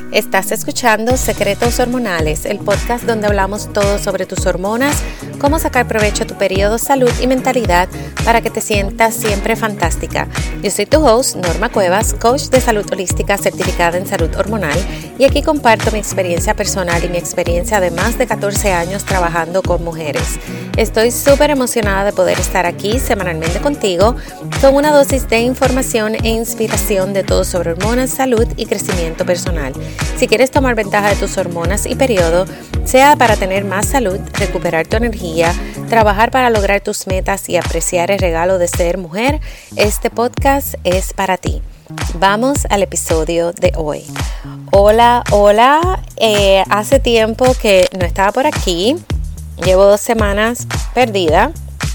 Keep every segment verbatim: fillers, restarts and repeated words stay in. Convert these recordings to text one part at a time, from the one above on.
Estás escuchando Secretos Hormonales, el podcast donde hablamos todo sobre tus hormonas, cómo sacar provecho de tu periodo, salud y mentalidad para que te sientas siempre fantástica. Yo soy tu host, Norma Cuevas, coach de salud holística certificada en salud hormonal, y aquí comparto mi experiencia personal y mi experiencia de más de catorce años trabajando con mujeres. Estoy súper emocionada de poder estar aquí semanalmente contigo con una dosis de información e inspiración de todo sobre hormonas, salud y crecimiento personal. Si quieres tomar ventaja de tus hormonas y periodo, sea para tener más salud, recuperar tu energía, trabajar para lograr tus metas y apreciar el regalo de ser mujer, este podcast es para ti. Vamos al episodio de hoy. Hola, hola, eh, hace tiempo que no estaba por aquí, llevo dos semanas perdida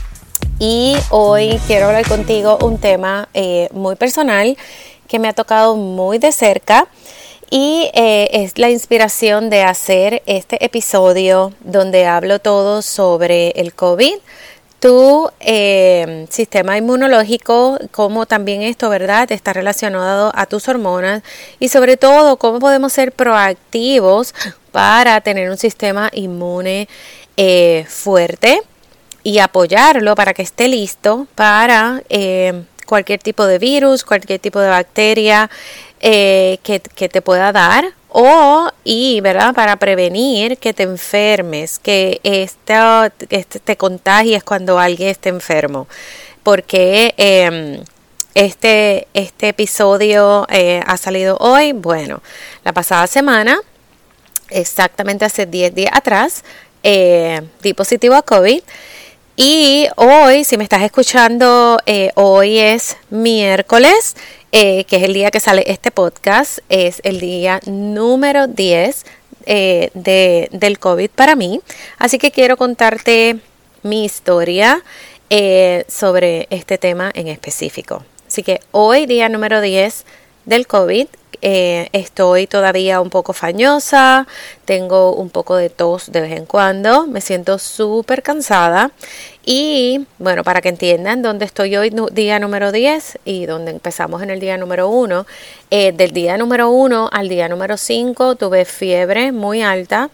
y hoy quiero hablar contigo un tema eh, muy personal que me ha tocado muy de cerca. Y eh, es la inspiración de hacer este episodio donde hablo todo sobre el COVID, tu eh, sistema inmunológico, cómo también esto, ¿verdad?, está relacionado a tus hormonas y sobre todo cómo podemos ser proactivos para tener un sistema inmune eh, fuerte y apoyarlo para que esté listo para eh, cualquier tipo de virus, cualquier tipo de bacteria, Eh, que, que te pueda dar o y verdad para prevenir que te enfermes, que esta, este, te contagies cuando alguien esté enfermo, porque eh, este, este episodio eh, ha salido hoy. Bueno, la pasada semana, exactamente hace diez días atrás, eh, di positivo a COVID. Y hoy, si me estás escuchando, eh, hoy es miércoles, eh, que es el día que sale este podcast, es el día número diez eh, de, del COVID para mí. Así que quiero contarte mi historia eh, sobre este tema en específico. Así que hoy, día número diez del COVID, eh, estoy todavía un poco fañosa, tengo un poco de tos de vez en cuando, me siento súper cansada y bueno, para que entiendan dónde estoy hoy, día número diez y donde empezamos en el día número uno, eh, del día número uno al día número cinco tuve fiebre muy alta,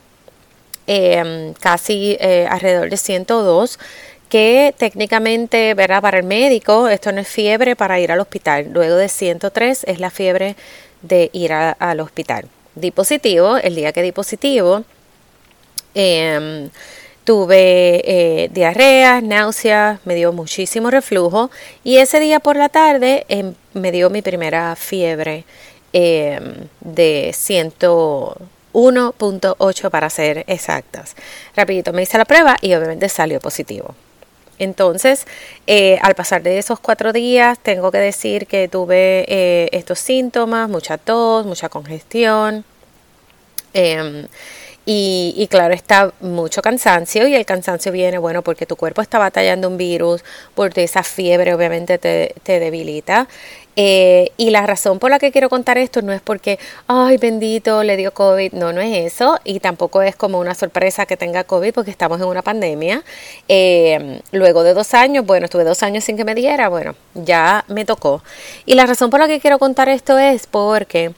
eh, casi eh, alrededor de ciento dos, que técnicamente, ¿verdad?, para el médico esto no es fiebre para ir al hospital. Luego de ciento tres es la fiebre de ir a, al hospital. Di positivo, el día que di positivo, eh, tuve eh, diarrea, náuseas, me dio muchísimo reflujo y ese día por la tarde eh, me dio mi primera fiebre eh, de ciento uno punto ocho para ser exactas. Rapidito me hice la prueba y obviamente salió positivo. Entonces, eh, al pasar de esos cuatro días, tengo que decir que tuve eh, estos síntomas, mucha tos, mucha congestión, eh, y, y claro está, mucho cansancio, y el cansancio viene, bueno, porque tu cuerpo está batallando un virus, porque esa fiebre obviamente te, te debilita. Eh, y la razón por la que quiero contar esto no es porque, ay, bendito, le dio COVID, no, no es eso, y tampoco es como una sorpresa que tenga COVID porque estamos en una pandemia. Eh, luego de dos años, bueno, estuve dos años sin que me diera, bueno, ya me tocó. Y la razón por la que quiero contar esto es porque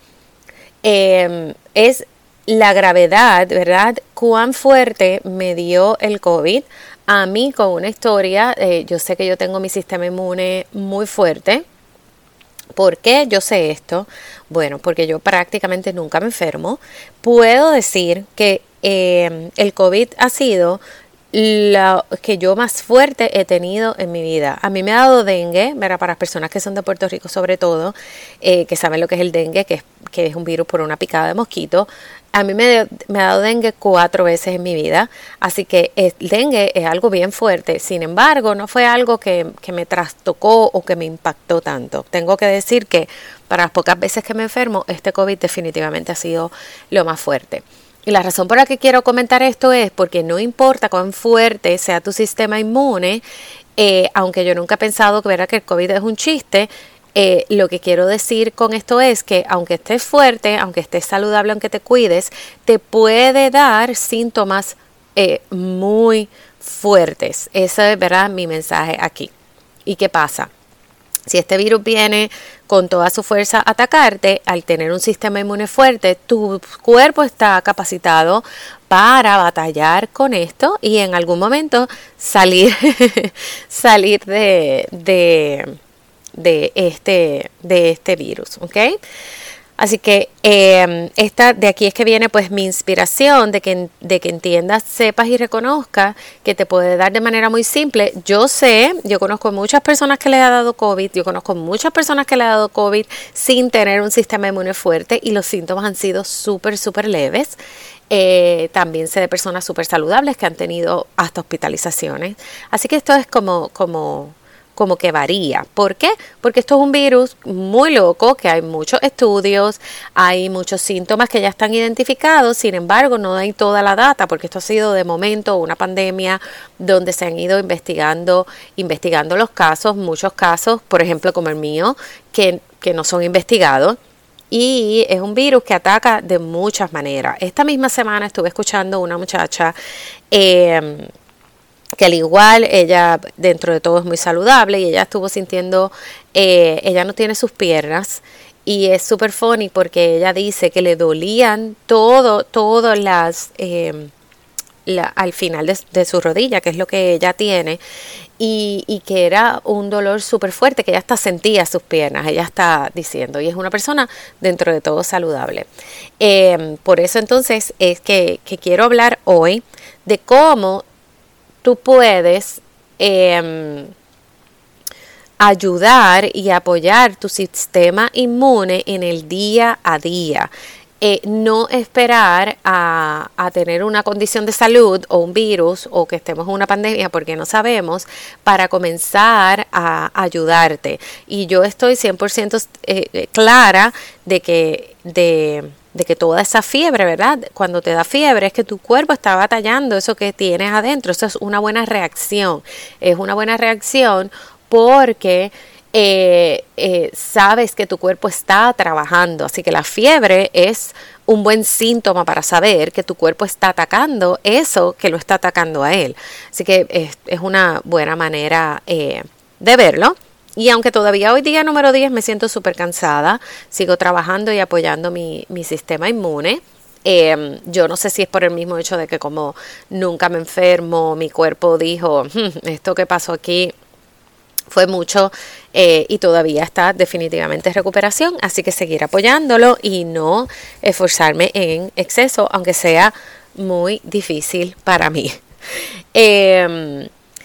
eh, es la gravedad, ¿verdad? Cuán fuerte me dio el COVID a mí con una historia. Eh, yo sé que yo tengo mi sistema inmune muy fuerte. ¿Por qué yo sé esto? Bueno, porque yo prácticamente nunca me enfermo. Puedo decir que eh, el COVID ha sido lo que yo más fuerte he tenido en mi vida. A mí me ha dado dengue, ¿verdad? Para las personas que son de Puerto Rico sobre todo, eh, que saben lo que es el dengue, que es, que es un virus por una picada de mosquito. A mí me, me ha dado dengue cuatro veces en mi vida, así que el dengue es algo bien fuerte. Sin embargo, no fue algo que, que me trastocó o que me impactó tanto. Tengo que decir que para las pocas veces que me enfermo, este COVID definitivamente ha sido lo más fuerte. Y la razón por la que quiero comentar esto es porque no importa cuán fuerte sea tu sistema inmune, eh, aunque yo nunca he pensado que, ¿verdad?, que el COVID es un chiste. Eh, lo que quiero decir con esto es que aunque estés fuerte, aunque estés saludable, aunque te cuides, te puede dar síntomas eh, muy fuertes. Ese es, ¿verdad?, mi mensaje aquí. ¿Y qué pasa? Si este virus viene con toda su fuerza a atacarte, al tener un sistema inmune fuerte, tu cuerpo está capacitado para batallar con esto y en algún momento salir, salir de, de, de, este, de este virus, ¿ok? Así que eh, esta, de aquí es que viene pues mi inspiración de que, de que entiendas, sepas y reconozcas que te puede dar de manera muy simple. Yo sé, yo conozco muchas personas que le ha dado COVID, yo conozco muchas personas que le ha dado COVID sin tener un sistema inmune fuerte y los síntomas han sido súper, súper leves. Eh, también sé de personas súper saludables que han tenido hasta hospitalizaciones. Así que esto es como... como como que varía. ¿Por qué? Porque esto es un virus muy loco, que hay muchos estudios, hay muchos síntomas que ya están identificados, sin embargo no hay toda la data, porque esto ha sido de momento una pandemia donde se han ido investigando, investigando los casos, muchos casos, por ejemplo como el mío, que, que no son investigados. Y es un virus que ataca de muchas maneras. Esta misma semana estuve escuchando una muchacha eh, que al igual ella dentro de todo es muy saludable y ella estuvo sintiendo, eh, ella no tiene sus piernas y es súper funny porque ella dice que le dolían todo, todas las, eh, la, al final de, de su rodilla, que es lo que ella tiene, y, y que era un dolor súper fuerte, que ella hasta sentía sus piernas, ella está diciendo, y es una persona dentro de todo saludable. Eh, por eso entonces es que, que quiero hablar hoy de cómo tú puedes eh, ayudar y apoyar tu sistema inmune en el día a día. Eh, no esperar a, a tener una condición de salud o un virus o que estemos en una pandemia porque no sabemos para comenzar a ayudarte. Y yo estoy cien por ciento eh, clara de que... de de que toda esa fiebre, ¿verdad? Cuando te da fiebre es que tu cuerpo está batallando eso que tienes adentro. Eso es una buena reacción. Es una buena reacción porque eh, eh, sabes que tu cuerpo está trabajando. Así que la fiebre es un buen síntoma para saber que tu cuerpo está atacando eso que lo está atacando a él. Así que es, es una buena manera eh, de verlo. Y aunque todavía hoy día número diez me siento súper cansada, sigo trabajando y apoyando mi, mi sistema inmune. Eh, yo no sé si es por el mismo hecho de que como nunca me enfermo, mi cuerpo dijo, hm, esto que pasó aquí fue mucho eh, y todavía está definitivamente en recuperación. Así que seguir apoyándolo y no esforzarme en exceso, aunque sea muy difícil para mí. Eh,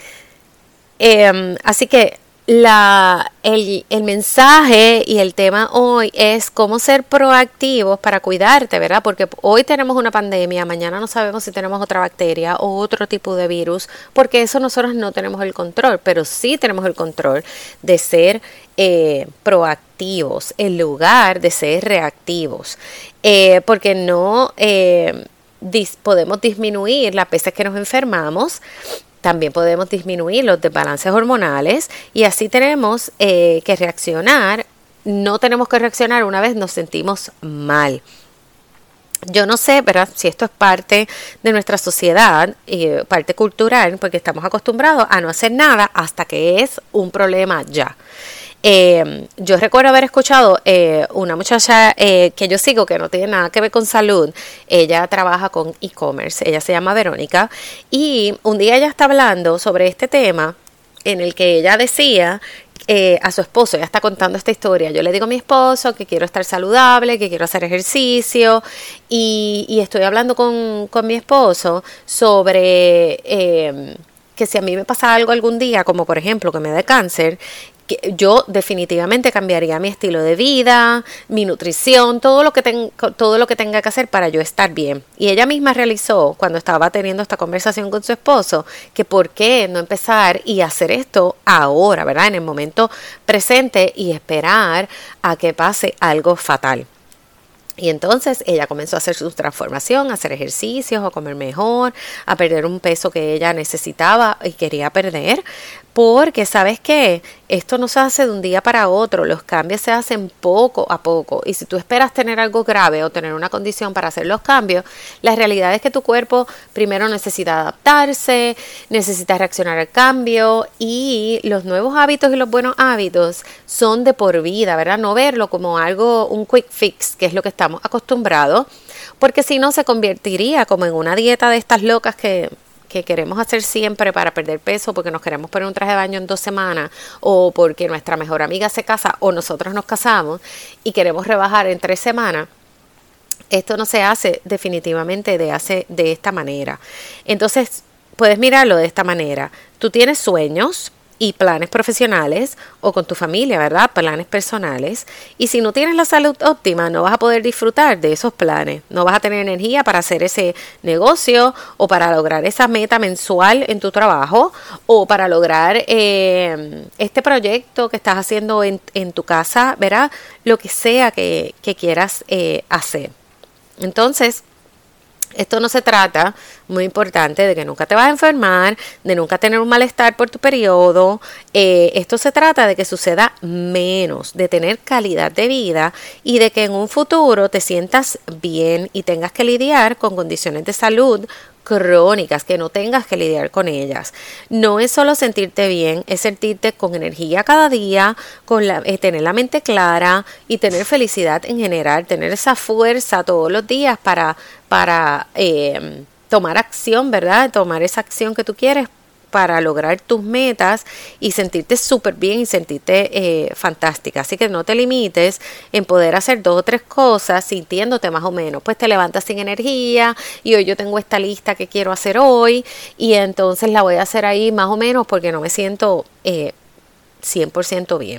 eh, así que La, el, el mensaje y el tema hoy es cómo ser proactivos para cuidarte, ¿verdad? Porque hoy tenemos una pandemia, mañana no sabemos si tenemos otra bacteria o otro tipo de virus, porque eso nosotros no tenemos el control, pero sí tenemos el control de ser eh, proactivos en lugar de ser reactivos, eh, porque no eh, dis, podemos disminuir las veces que nos enfermamos. También podemos disminuir los desbalances hormonales y así tenemos eh, que reaccionar. No tenemos que reaccionar una vez nos sentimos mal. Yo no sé, ¿verdad?, si esto es parte de nuestra sociedad, eh, parte cultural, porque estamos acostumbrados a no hacer nada hasta que es un problema ya. Eh, yo recuerdo haber escuchado eh, una muchacha eh, que yo sigo que no tiene nada que ver con salud. Ella trabaja con e-commerce, ella se llama Verónica y un día ella está hablando sobre este tema en el que ella decía eh, a su esposo, ella está contando esta historia, yo le digo a mi esposo que quiero estar saludable, que quiero hacer ejercicio y, y estoy hablando con, con mi esposo sobre eh, que si a mí me pasa algo algún día, como por ejemplo que me dé cáncer, que yo definitivamente cambiaría mi estilo de vida, mi nutrición, todo lo que ten, todo lo que tenga que hacer para yo estar bien. Y ella misma realizó, cuando estaba teniendo esta conversación con su esposo, que por qué no empezar y hacer esto ahora, ¿verdad? En el momento presente y esperar a que pase algo fatal. Y entonces ella comenzó a hacer su transformación, a hacer ejercicios, a comer mejor, a perder un peso que ella necesitaba y quería perder. Porque, ¿sabes qué? Esto no se hace de un día para otro, los cambios se hacen poco a poco. Y si tú esperas tener algo grave o tener una condición para hacer los cambios, la realidad es que tu cuerpo primero necesita adaptarse, necesita reaccionar al cambio, y los nuevos hábitos y los buenos hábitos son de por vida, ¿verdad? No verlo como algo, un quick fix, que es lo que estamos acostumbrados, porque si no se convertiría como en una dieta de estas locas que... que queremos hacer siempre para perder peso porque nos queremos poner un traje de baño en dos semanas o porque nuestra mejor amiga se casa o nosotros nos casamos y queremos rebajar en tres semanas. Esto no se hace definitivamente de, hace, de esta manera. Entonces, puedes mirarlo de esta manera. Tú tienes sueños y planes profesionales o con tu familia, ¿verdad? Planes personales. Y si no tienes la salud óptima, no vas a poder disfrutar de esos planes. No vas a tener energía para hacer ese negocio o para lograr esa meta mensual en tu trabajo o para lograr eh, este proyecto que estás haciendo en, en tu casa, ¿verdad? Lo que sea que, que quieras eh, hacer. Entonces, esto no se trata, muy importante, de que nunca te vas a enfermar, de nunca tener un malestar por tu periodo. Eh, esto se trata de que suceda menos, de tener calidad de vida y de que en un futuro te sientas bien y tengas que lidiar con condiciones de salud crónicas, que no tengas que lidiar con ellas. No es solo sentirte bien, es sentirte con energía cada día, con la, eh, tener la mente clara y tener felicidad en general, tener esa fuerza todos los días para, para eh, tomar acción, ¿verdad? Tomar esa acción que tú quieres para lograr tus metas y sentirte súper bien y sentirte eh, fantástica. Así que no te limites en poder hacer dos o tres cosas sintiéndote más o menos. Pues te levantas sin energía y hoy yo tengo esta lista que quiero hacer hoy y entonces la voy a hacer ahí más o menos porque no me siento eh, cien por ciento bien.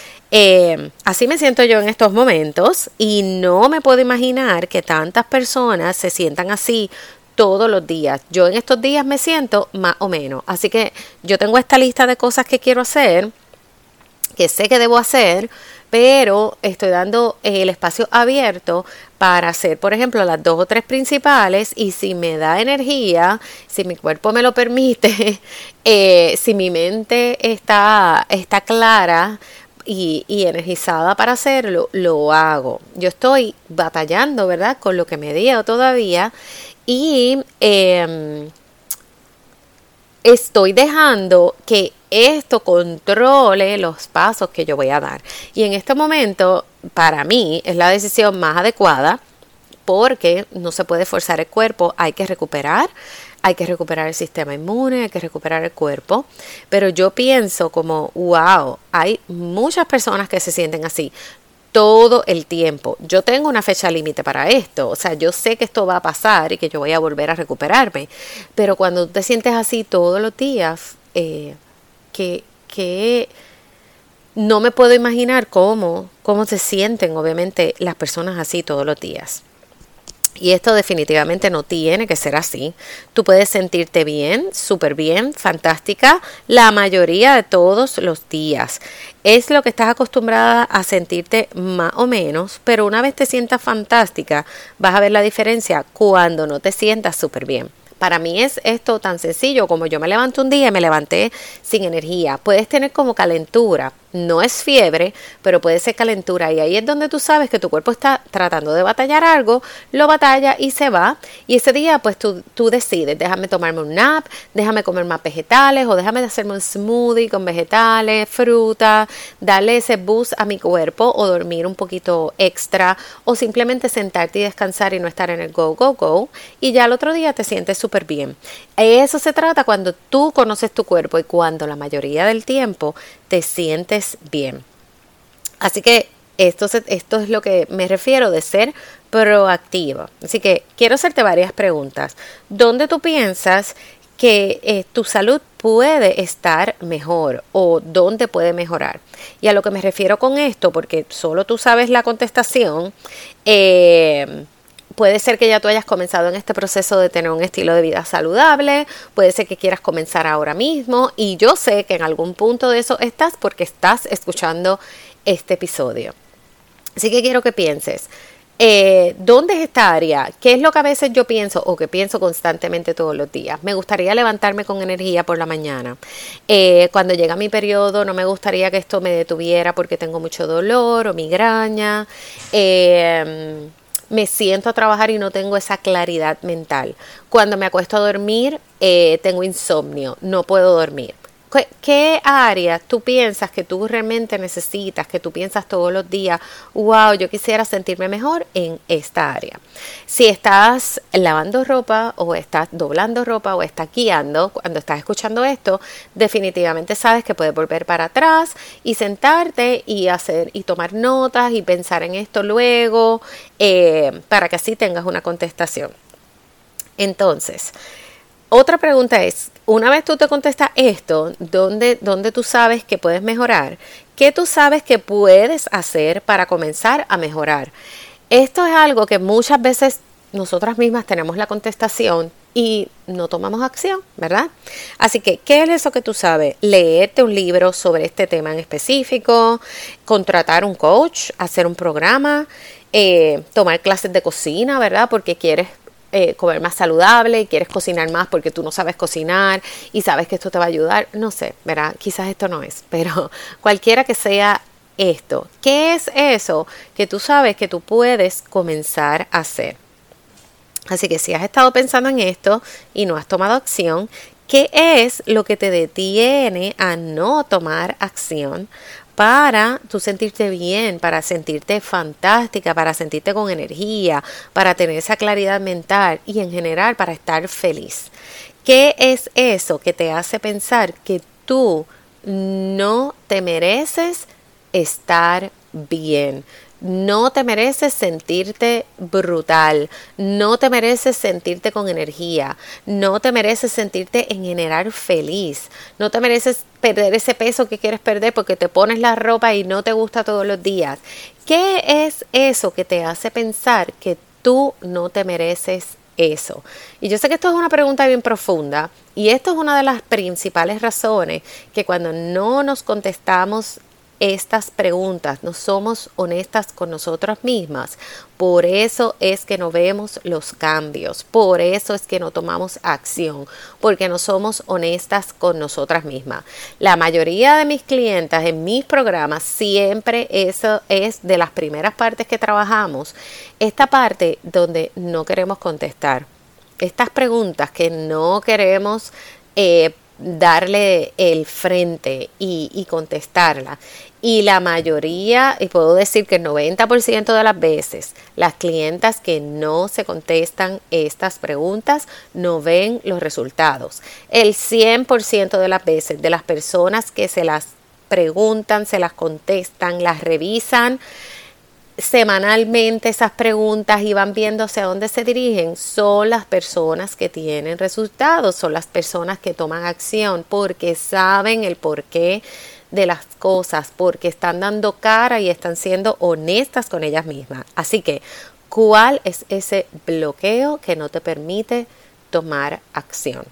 Eh, así me siento yo en estos momentos y no me puedo imaginar que tantas personas se sientan así todos los días. Yo en estos días me siento más o menos. Así que yo tengo esta lista de cosas que quiero hacer, que sé que debo hacer, pero estoy dando el espacio abierto para hacer, por ejemplo, las dos o tres principales y si me da energía, si mi cuerpo me lo permite, eh, si mi mente está, está clara Y, y energizada para hacerlo, lo hago. Yo estoy batallando, ¿verdad? Con lo que me dio todavía y eh, estoy dejando que esto controle los pasos que yo voy a dar. Y en este momento, para mí, es la decisión más adecuada porque no se puede forzar el cuerpo, hay que recuperar. Hay que recuperar el sistema inmune, hay que recuperar el cuerpo. Pero yo pienso como, wow, hay muchas personas que se sienten así todo el tiempo. Yo tengo una fecha límite para esto. O sea, yo sé que esto va a pasar y que yo voy a volver a recuperarme. Pero cuando tú te sientes así todos los días, eh, que, que no me puedo imaginar cómo, cómo se sienten, obviamente, las personas así todos los días. Y esto definitivamente no tiene que ser así. Tú puedes sentirte bien, súper bien, fantástica, la mayoría de todos los días. Es lo que estás acostumbrada a sentirte más o menos, pero una vez te sientas fantástica, vas a ver la diferencia cuando no te sientas súper bien. Para mí es esto tan sencillo como yo me levanto un día y me levanté sin energía. Puedes tener como calentura. No es fiebre, pero puede ser calentura y ahí es donde tú sabes que tu cuerpo está tratando de batallar algo, lo batalla y se va. Y ese día pues tú, tú decides, déjame tomarme un nap, déjame comer más vegetales o déjame hacerme un smoothie con vegetales, fruta, darle ese boost a mi cuerpo o dormir un poquito extra o simplemente sentarte y descansar y no estar en el go, go, go. Y ya el otro día te sientes súper bien. Eso se trata cuando tú conoces tu cuerpo y cuando la mayoría del tiempo te sientes bien. Así que esto, esto es lo que me refiero de ser proactiva. Así que quiero hacerte varias preguntas. ¿Dónde tú piensas que eh, tu salud puede estar mejor o dónde puede mejorar? Y a lo que me refiero con esto, porque solo tú sabes la contestación, eh, puede ser que ya tú hayas comenzado en este proceso de tener un estilo de vida saludable, puede ser que quieras comenzar ahora mismo y yo sé que en algún punto de eso estás porque estás escuchando este episodio. Así que quiero que pienses, Eh, ¿Dónde es esta área? ¿Qué es lo que a veces yo pienso o que pienso constantemente todos los días? Me gustaría levantarme con energía por la mañana. Eh, cuando llega mi periodo no me gustaría que esto me detuviera porque tengo mucho dolor o migraña. Eh, me siento a trabajar y no tengo esa claridad mental. Cuando me acuesto a dormir, eh, tengo insomnio, no puedo dormir. ¿Qué, ¿Qué áreas tú piensas que tú realmente necesitas, que tú piensas todos los días, wow, yo quisiera sentirme mejor en esta área? Si estás lavando ropa o estás doblando ropa o estás guiando, cuando estás escuchando esto, definitivamente sabes que puedes volver para atrás y sentarte y hacer y tomar notas y pensar en esto luego, eh, para que así tengas una contestación. Entonces, otra pregunta es, una vez tú te contestas esto, ¿dónde, dónde tú sabes que puedes mejorar? ¿Qué tú sabes que puedes hacer para comenzar a mejorar? Esto es algo que muchas veces nosotras mismas tenemos la contestación y no tomamos acción, ¿verdad? Así que, ¿qué es eso que tú sabes? Leerte un libro sobre este tema en específico, contratar un coach, hacer un programa, eh, tomar clases de cocina, ¿verdad? Porque quieres Eh, comer más saludable, quieres cocinar más porque tú no sabes cocinar y sabes que esto te va a ayudar, no sé, ¿verdad? Quizás esto no es, pero cualquiera que sea esto, ¿qué es eso que tú sabes que tú puedes comenzar a hacer? Así que si has estado pensando en esto y no has tomado acción, ¿qué es lo que te detiene a no tomar acción para tú sentirte bien, para sentirte fantástica, para sentirte con energía, para tener esa claridad mental y en general para estar feliz? ¿Qué es eso que te hace pensar que tú no te mereces estar bien? No te mereces sentirte brutal, no te mereces sentirte con energía, no te mereces sentirte en general feliz, no te mereces perder ese peso que quieres perder porque te pones la ropa y no te gusta todos los días. ¿Qué es eso que te hace pensar que tú no te mereces eso? Y yo sé que esto es una pregunta bien profunda y esto es una de las principales razones que cuando no nos contestamos estas preguntas, no somos honestas con nosotras mismas, por eso es que no vemos los cambios, por eso es que no tomamos acción, porque no somos honestas con nosotras mismas. La mayoría de mis clientas en mis programas siempre eso es de las primeras partes que trabajamos, esta parte donde no queremos contestar, estas preguntas que no queremos eh, darle el frente y, y contestarla. Y la mayoría, y puedo decir que el noventa por ciento de las veces, las clientas que no se contestan estas preguntas no ven los resultados. El cien por ciento de las veces de las personas que se las preguntan, se las contestan, las revisan semanalmente esas preguntas y van viendo hacia dónde se dirigen, son las personas que tienen resultados, son las personas que toman acción porque saben el porqué de las cosas, porque están dando cara y están siendo honestas con ellas mismas. Así que, ¿cuál es ese bloqueo que no te permite tomar acción?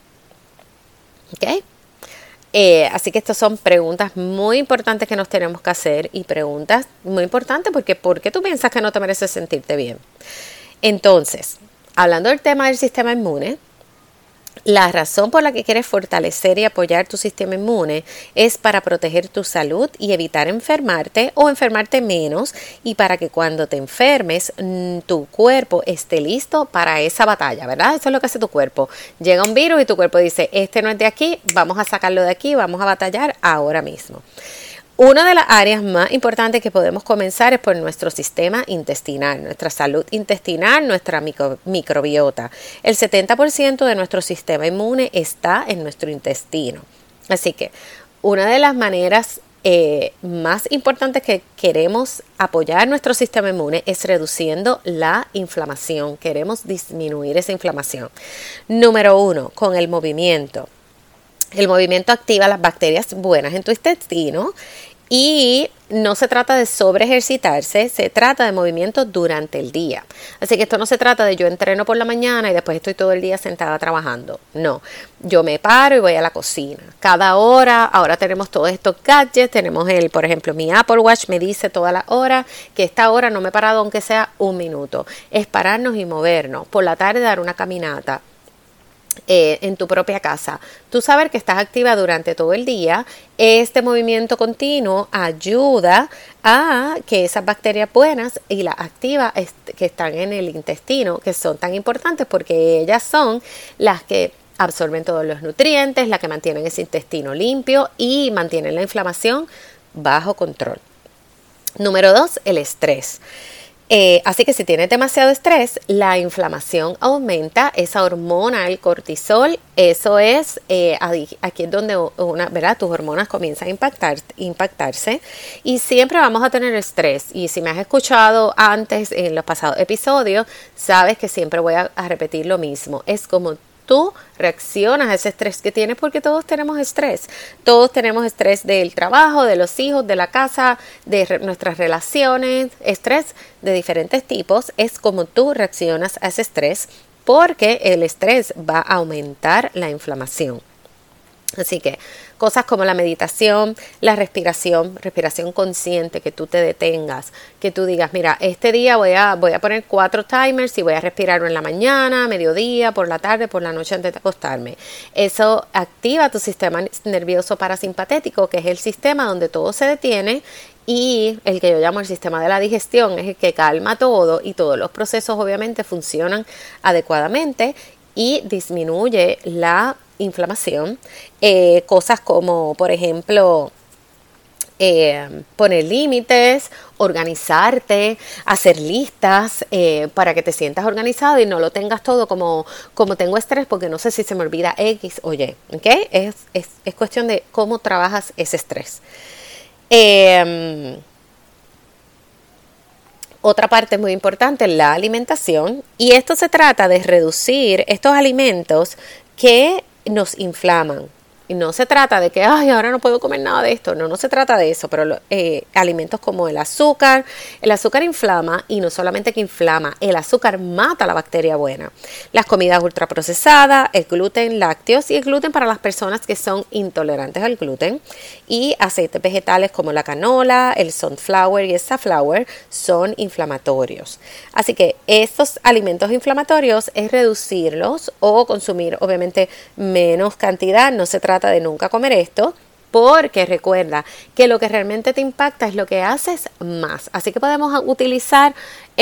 ¿Ok? Eh, así que estas son preguntas muy importantes que nos tenemos que hacer y preguntas muy importantes porque ¿por qué tú piensas que no te mereces sentirte bien? Entonces, hablando del tema del sistema inmune, la razón por la que quieres fortalecer y apoyar tu sistema inmune es para proteger tu salud y evitar enfermarte o enfermarte menos y para que cuando te enfermes tu cuerpo esté listo para esa batalla, ¿verdad? Eso es lo que hace tu cuerpo. Llega un virus y tu cuerpo dice, este no es de aquí, vamos a sacarlo de aquí, vamos a batallar ahora mismo. Una de las áreas más importantes que podemos comenzar es por nuestro sistema intestinal, nuestra salud intestinal, nuestra micro, microbiota. El setenta por ciento de nuestro sistema inmune está en nuestro intestino. Así que una de las maneras eh, más importantes que queremos apoyar nuestro sistema inmune es reduciendo la inflamación. Queremos disminuir esa inflamación. Número uno, con el movimiento. El movimiento activa las bacterias buenas en tu intestino y no se trata de sobre ejercitarse, se trata de movimiento durante el día. Así que esto no se trata de yo entreno por la mañana y después estoy todo el día sentada trabajando. No, yo me paro y voy a la cocina. Cada hora, ahora tenemos todos estos gadgets, tenemos el, por ejemplo, mi Apple Watch me dice toda la hora que esta hora no me he parado aunque sea un minuto. Es pararnos y movernos. Por la tarde dar una caminata. Eh, en tu propia casa. Tú saber que estás activa durante todo el día, este movimiento continuo ayuda a que esas bacterias buenas y las activas est- que están en el intestino, que son tan importantes porque ellas son las que absorben todos los nutrientes, las que mantienen ese intestino limpio y mantienen la inflamación bajo control. Número dos, el estrés. Eh, así que si tienes demasiado estrés, la inflamación aumenta, esa hormona, el cortisol, eso es, eh, aquí es donde una, ¿verdad? Tus hormonas comienzan a impactar, impactarse y siempre vamos a tener estrés. Y si me has escuchado antes en los pasados episodios, sabes que siempre voy a, a repetir lo mismo. Es como tú reaccionas a ese estrés que tienes porque todos tenemos estrés. Todos tenemos estrés del trabajo, de los hijos, de la casa, de re- nuestras relaciones, estrés de diferentes tipos. Es como tú reaccionas a ese estrés porque el estrés va a aumentar la inflamación. Así que cosas como la meditación, la respiración, respiración consciente, que tú te detengas, que tú digas, mira, este día voy a, voy a poner cuatro timers y voy a respirar en la mañana, mediodía, por la tarde, por la noche antes de acostarme. Eso activa tu sistema nervioso parasimpatético, que es el sistema donde todo se detiene y el que yo llamo el sistema de la digestión, es el que calma todo y todos los procesos obviamente funcionan adecuadamente y disminuye la inflamación. Eh, cosas como, por ejemplo, eh, poner límites, organizarte, hacer listas eh, para que te sientas organizado y no lo tengas todo como, como tengo estrés porque no sé si se me olvida X o Y. ¿Okay? Es, es, es cuestión de cómo trabajas ese estrés. Eh, Otra parte muy importante es la alimentación y esto se trata de reducir estos alimentos que nos inflaman. Y no se trata de que, ay, ahora no puedo comer nada de esto. No, no se trata de eso, pero eh, alimentos como el azúcar. El azúcar inflama y no solamente que inflama, el azúcar mata la bacteria buena. Las comidas ultraprocesadas, el gluten, lácteos y el gluten para las personas que son intolerantes al gluten. Y aceites vegetales como la canola, el sunflower y el safflower son inflamatorios. Así que estos alimentos inflamatorios es reducirlos o consumir obviamente menos cantidad. No se trata de nunca comer esto, porque recuerda que lo que realmente te impacta es lo que haces más. Así que podemos utilizar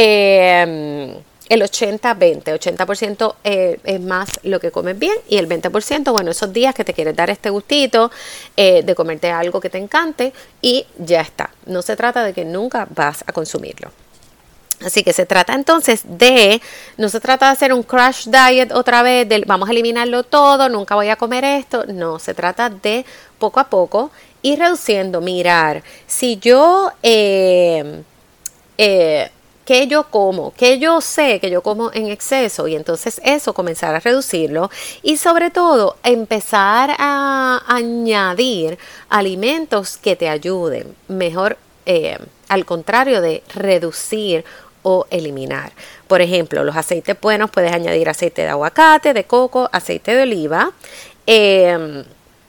eh, el ochenta veinte. ochenta por ciento eh, es más lo que comes bien y el veinte por ciento, bueno, esos días que te quieres dar este gustito eh, de comerte algo que te encante y ya está. No se trata de que nunca vas a consumirlo. Así que se trata entonces de, no se trata de hacer un crash diet otra vez, de vamos a eliminarlo todo, nunca voy a comer esto. No, se trata de poco a poco ir reduciendo, mirar, si yo, eh, eh, ¿qué yo como? ¿Qué yo sé que yo como en exceso? Y entonces eso, comenzar a reducirlo y sobre todo empezar a añadir alimentos que te ayuden, mejor, eh, al contrario de reducir o eliminar. Por ejemplo, los aceites buenos, puedes añadir aceite de aguacate, de coco, aceite de oliva, eh,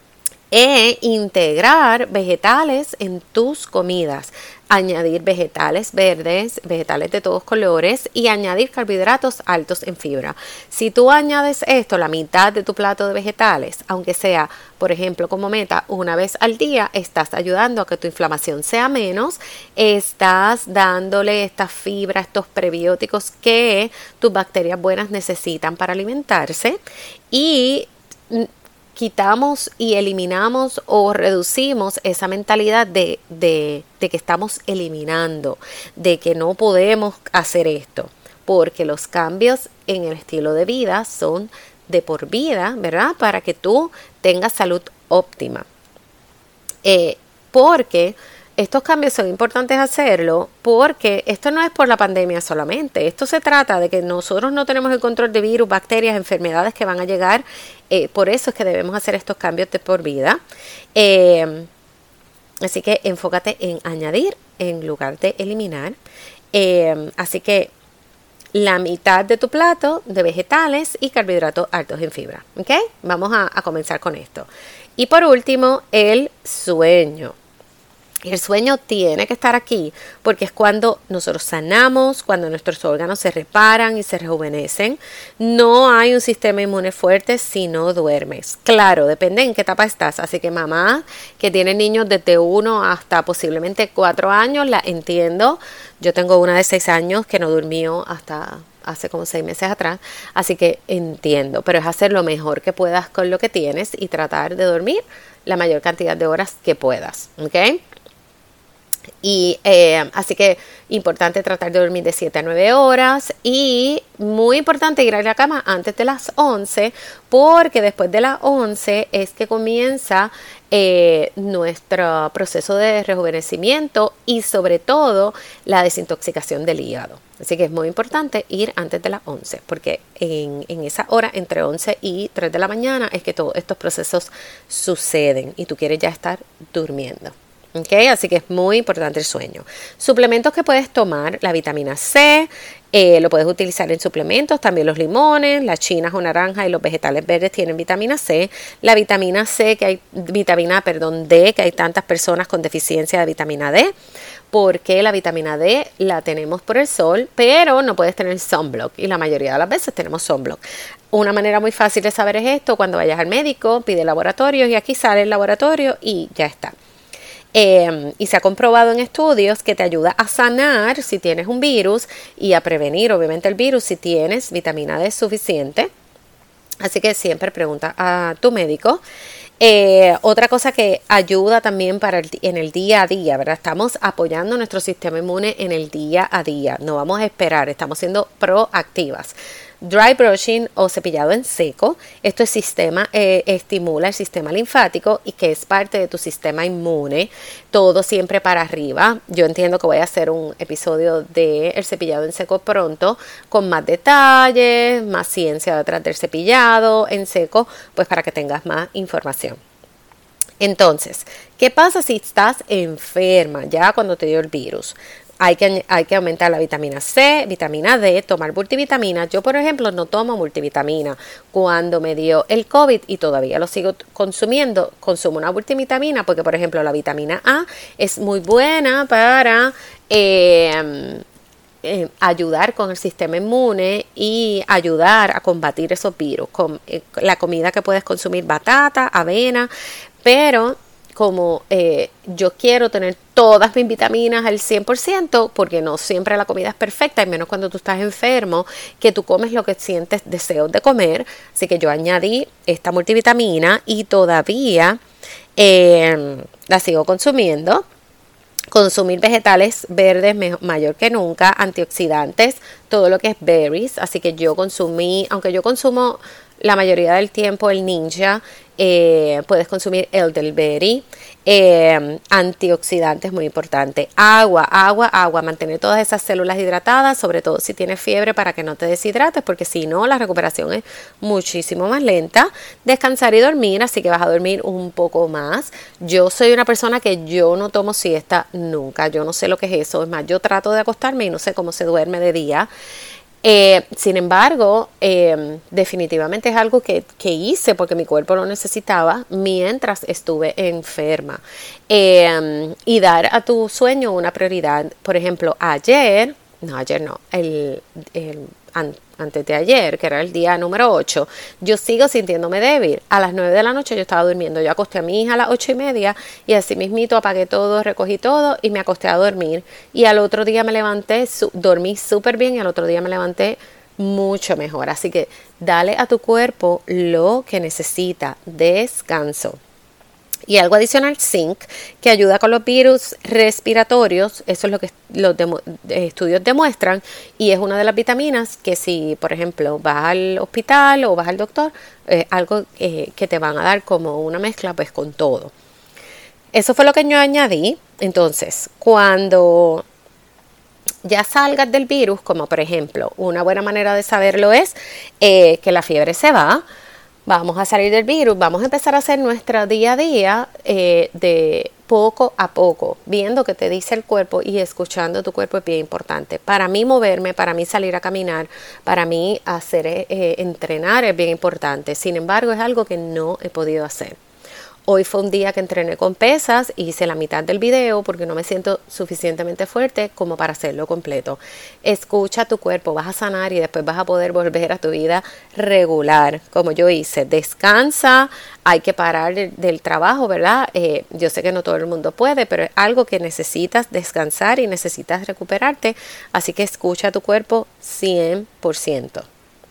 e integrar vegetales en tus comidas, añadir vegetales verdes, vegetales de todos colores y añadir carbohidratos altos en fibra. Si tú añades esto, la mitad de tu plato de vegetales, aunque sea, por ejemplo, como meta una vez al día, estás ayudando a que tu inflamación sea menos, estás dándole esta fibra, estos prebióticos que tus bacterias buenas necesitan para alimentarse y quitamos y eliminamos o reducimos esa mentalidad de, de, de que estamos eliminando, de que no podemos hacer esto, porque los cambios en el estilo de vida son de por vida, ¿verdad? Para que tú tengas salud óptima. Eh, porque estos cambios son importantes hacerlo porque esto no es por la pandemia solamente. Esto se trata de que nosotros no tenemos el control de virus, bacterias, enfermedades que van a llegar. Eh, por eso es que debemos hacer estos cambios de por vida. Eh, Así que enfócate en añadir en lugar de eliminar. Eh, así que la mitad de tu plato de vegetales y carbohidratos altos en fibra. ¿Ok? Vamos a, a comenzar con esto. Y por último, el sueño. El sueño tiene que estar aquí porque es cuando nosotros sanamos, cuando nuestros órganos se reparan y se rejuvenecen. No hay un sistema inmune fuerte si no duermes. Claro, depende en qué etapa estás. Así que mamá que tiene niños desde uno hasta posiblemente cuatro años, la entiendo. Yo tengo una de seis años que no durmió hasta hace como seis meses atrás. Así que entiendo, pero es hacer lo mejor que puedas con lo que tienes y tratar de dormir la mayor cantidad de horas que puedas. ¿Ok? Y eh, así que importante tratar de dormir de siete a nueve horas y muy importante ir a la cama antes de las once porque después de las once es que comienza eh, nuestro proceso de rejuvenecimiento y sobre todo la desintoxicación del hígado. Así que es muy importante ir antes de las once porque en, en esa hora entre once y tres de la mañana es que todos estos procesos suceden y tú quieres ya estar durmiendo. Okay, así que es muy importante el sueño. Suplementos que puedes tomar, la vitamina C, eh, lo puedes utilizar en suplementos, también los limones, las chinas o naranjas y los vegetales verdes tienen vitamina C. La vitamina C, que hay, vitamina, perdón, D, que hay tantas personas con deficiencia de vitamina D, porque la vitamina D la tenemos por el sol, pero no puedes tener sunblock y la mayoría de las veces tenemos sunblock. Una manera muy fácil de saber es esto, cuando vayas al médico, pide laboratorios y aquí sale el laboratorio y ya está. Eh, y se ha comprobado en estudios que te ayuda a sanar si tienes un virus y a prevenir obviamente el virus si tienes vitamina D suficiente. Así que siempre pregunta a tu médico. Eh, otra cosa que ayuda también para el, en el día a día, ¿verdad? Estamos apoyando nuestro sistema inmune en el día a día. No vamos a esperar, estamos siendo proactivas. Dry brushing o cepillado en seco. Esto es sistema, eh, estimula el sistema linfático y que es parte de tu sistema inmune. Todo siempre para arriba. Yo entiendo que voy a hacer un episodio de el cepillado en seco pronto con más detalles, más ciencia detrás del cepillado en seco, pues para que tengas más información. Entonces, ¿qué pasa si estás enferma ya cuando te dio el virus? Hay que, hay que aumentar la vitamina C, vitamina D, tomar multivitamina. Yo, por ejemplo, no tomo multivitamina. Cuando me dio el COVID y todavía lo sigo consumiendo, consumo una multivitamina porque, por ejemplo, la vitamina A es muy buena para eh, eh, ayudar con el sistema inmune y ayudar a combatir esos virus. Con eh, la comida que puedes consumir, batata, avena, pero como eh, yo quiero tener todas mis vitaminas al cien por ciento, porque no siempre la comida es perfecta, y menos cuando tú estás enfermo, que tú comes lo que sientes deseos de comer. Así que yo añadí esta multivitamina y todavía eh, la sigo consumiendo. Consumir vegetales verdes mejor, mayor que nunca, antioxidantes, todo lo que es berries. Así que yo consumí, aunque yo consumo la mayoría del tiempo el Ninja, eh, puedes consumir elderberry, eh, antioxidantes muy importante, agua, agua, agua, mantener todas esas células hidratadas, sobre todo si tienes fiebre para que no te deshidrates, porque si no la recuperación es muchísimo más lenta. Descansar y dormir, así que vas a dormir un poco más. Yo soy una persona que yo no tomo siesta nunca, yo no sé lo que es eso, es más, yo trato de acostarme y no sé cómo se duerme de día. Eh, sin embargo, eh, definitivamente es algo que, que hice porque mi cuerpo lo necesitaba mientras estuve enferma. Eh, y dar a tu sueño una prioridad. Por ejemplo, ayer, no, ayer no, el, el an, antes de ayer, que era el día número ocho, yo sigo sintiéndome débil. A las nueve de la noche yo estaba durmiendo. Yo acosté a mi hija a las ocho y media y así mismito apagué todo, recogí todo y me acosté a dormir. Y al otro día me levanté, su, dormí súper bien y al otro día me levanté mucho mejor. Así que dale a tu cuerpo lo que necesita, descanso. Y algo adicional, zinc, que ayuda con los virus respiratorios. Eso es lo que los demo, estudios demuestran. Y es una de las vitaminas que si, por ejemplo, vas al hospital o vas al doctor, eh, algo eh, que te van a dar como una mezcla pues con todo. Eso fue lo que yo añadí. Entonces, cuando ya salgas del virus, como por ejemplo, una buena manera de saberlo es eh, que la fiebre se va. Vamos a salir del virus, vamos a empezar a hacer nuestro día a día eh, de poco a poco, viendo qué te dice el cuerpo y escuchando tu cuerpo es bien importante. Para mí moverme, para mí salir a caminar, para mí hacer eh, entrenar es bien importante. Sin embargo, es algo que no he podido hacer. Hoy fue un día que entrené con pesas, hice la mitad del video porque no me siento suficientemente fuerte como para hacerlo completo. Escucha tu cuerpo, vas a sanar y después vas a poder volver a tu vida regular, como yo hice. Descansa, hay que parar del, del trabajo, ¿verdad? Eh, yo sé que no todo el mundo puede, pero es algo que necesitas descansar y necesitas recuperarte, así que escucha tu cuerpo cien por ciento.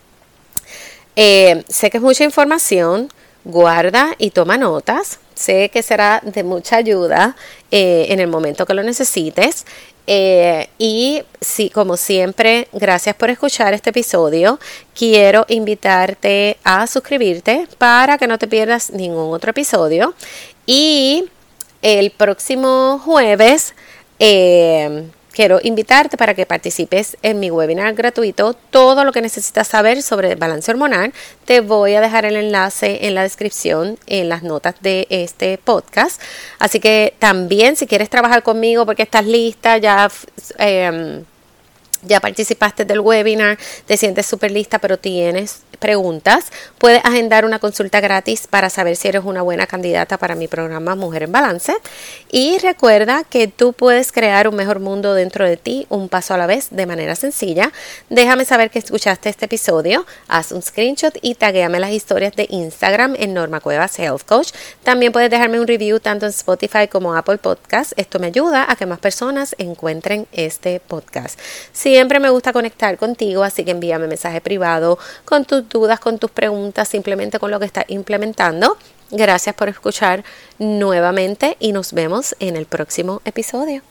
Eh, sé que es mucha información. Guarda y toma notas. Sé que será de mucha ayuda eh, en el momento que lo necesites. Eh, y sí, como siempre, gracias por escuchar este episodio. Quiero invitarte a suscribirte para que no te pierdas ningún otro episodio. Y el próximo jueves eh, quiero invitarte para que participes en mi webinar gratuito. Todo lo que necesitas saber sobre el balance hormonal, te voy a dejar el enlace en la descripción, en las notas de este podcast. Así que también, si quieres trabajar conmigo porque estás lista, ya eh, ya participaste del webinar, te sientes súper lista, pero tienes preguntas, puedes agendar una consulta gratis para saber si eres una buena candidata para mi programa Mujer en Balance. Y recuerda que tú puedes crear un mejor mundo dentro de ti, un paso a la vez, de manera sencilla. Déjame saber que escuchaste este episodio, haz un screenshot y taguéame las historias de Instagram en Norma Cuevas Health Coach. También puedes dejarme un review tanto en Spotify como Apple Podcast. Esto me ayuda a que más personas encuentren este podcast. Siempre me gusta conectar contigo, así que envíame mensaje privado con tus dudas, con tus preguntas, simplemente con lo que estás implementando. Gracias por escuchar nuevamente y nos vemos en el próximo episodio.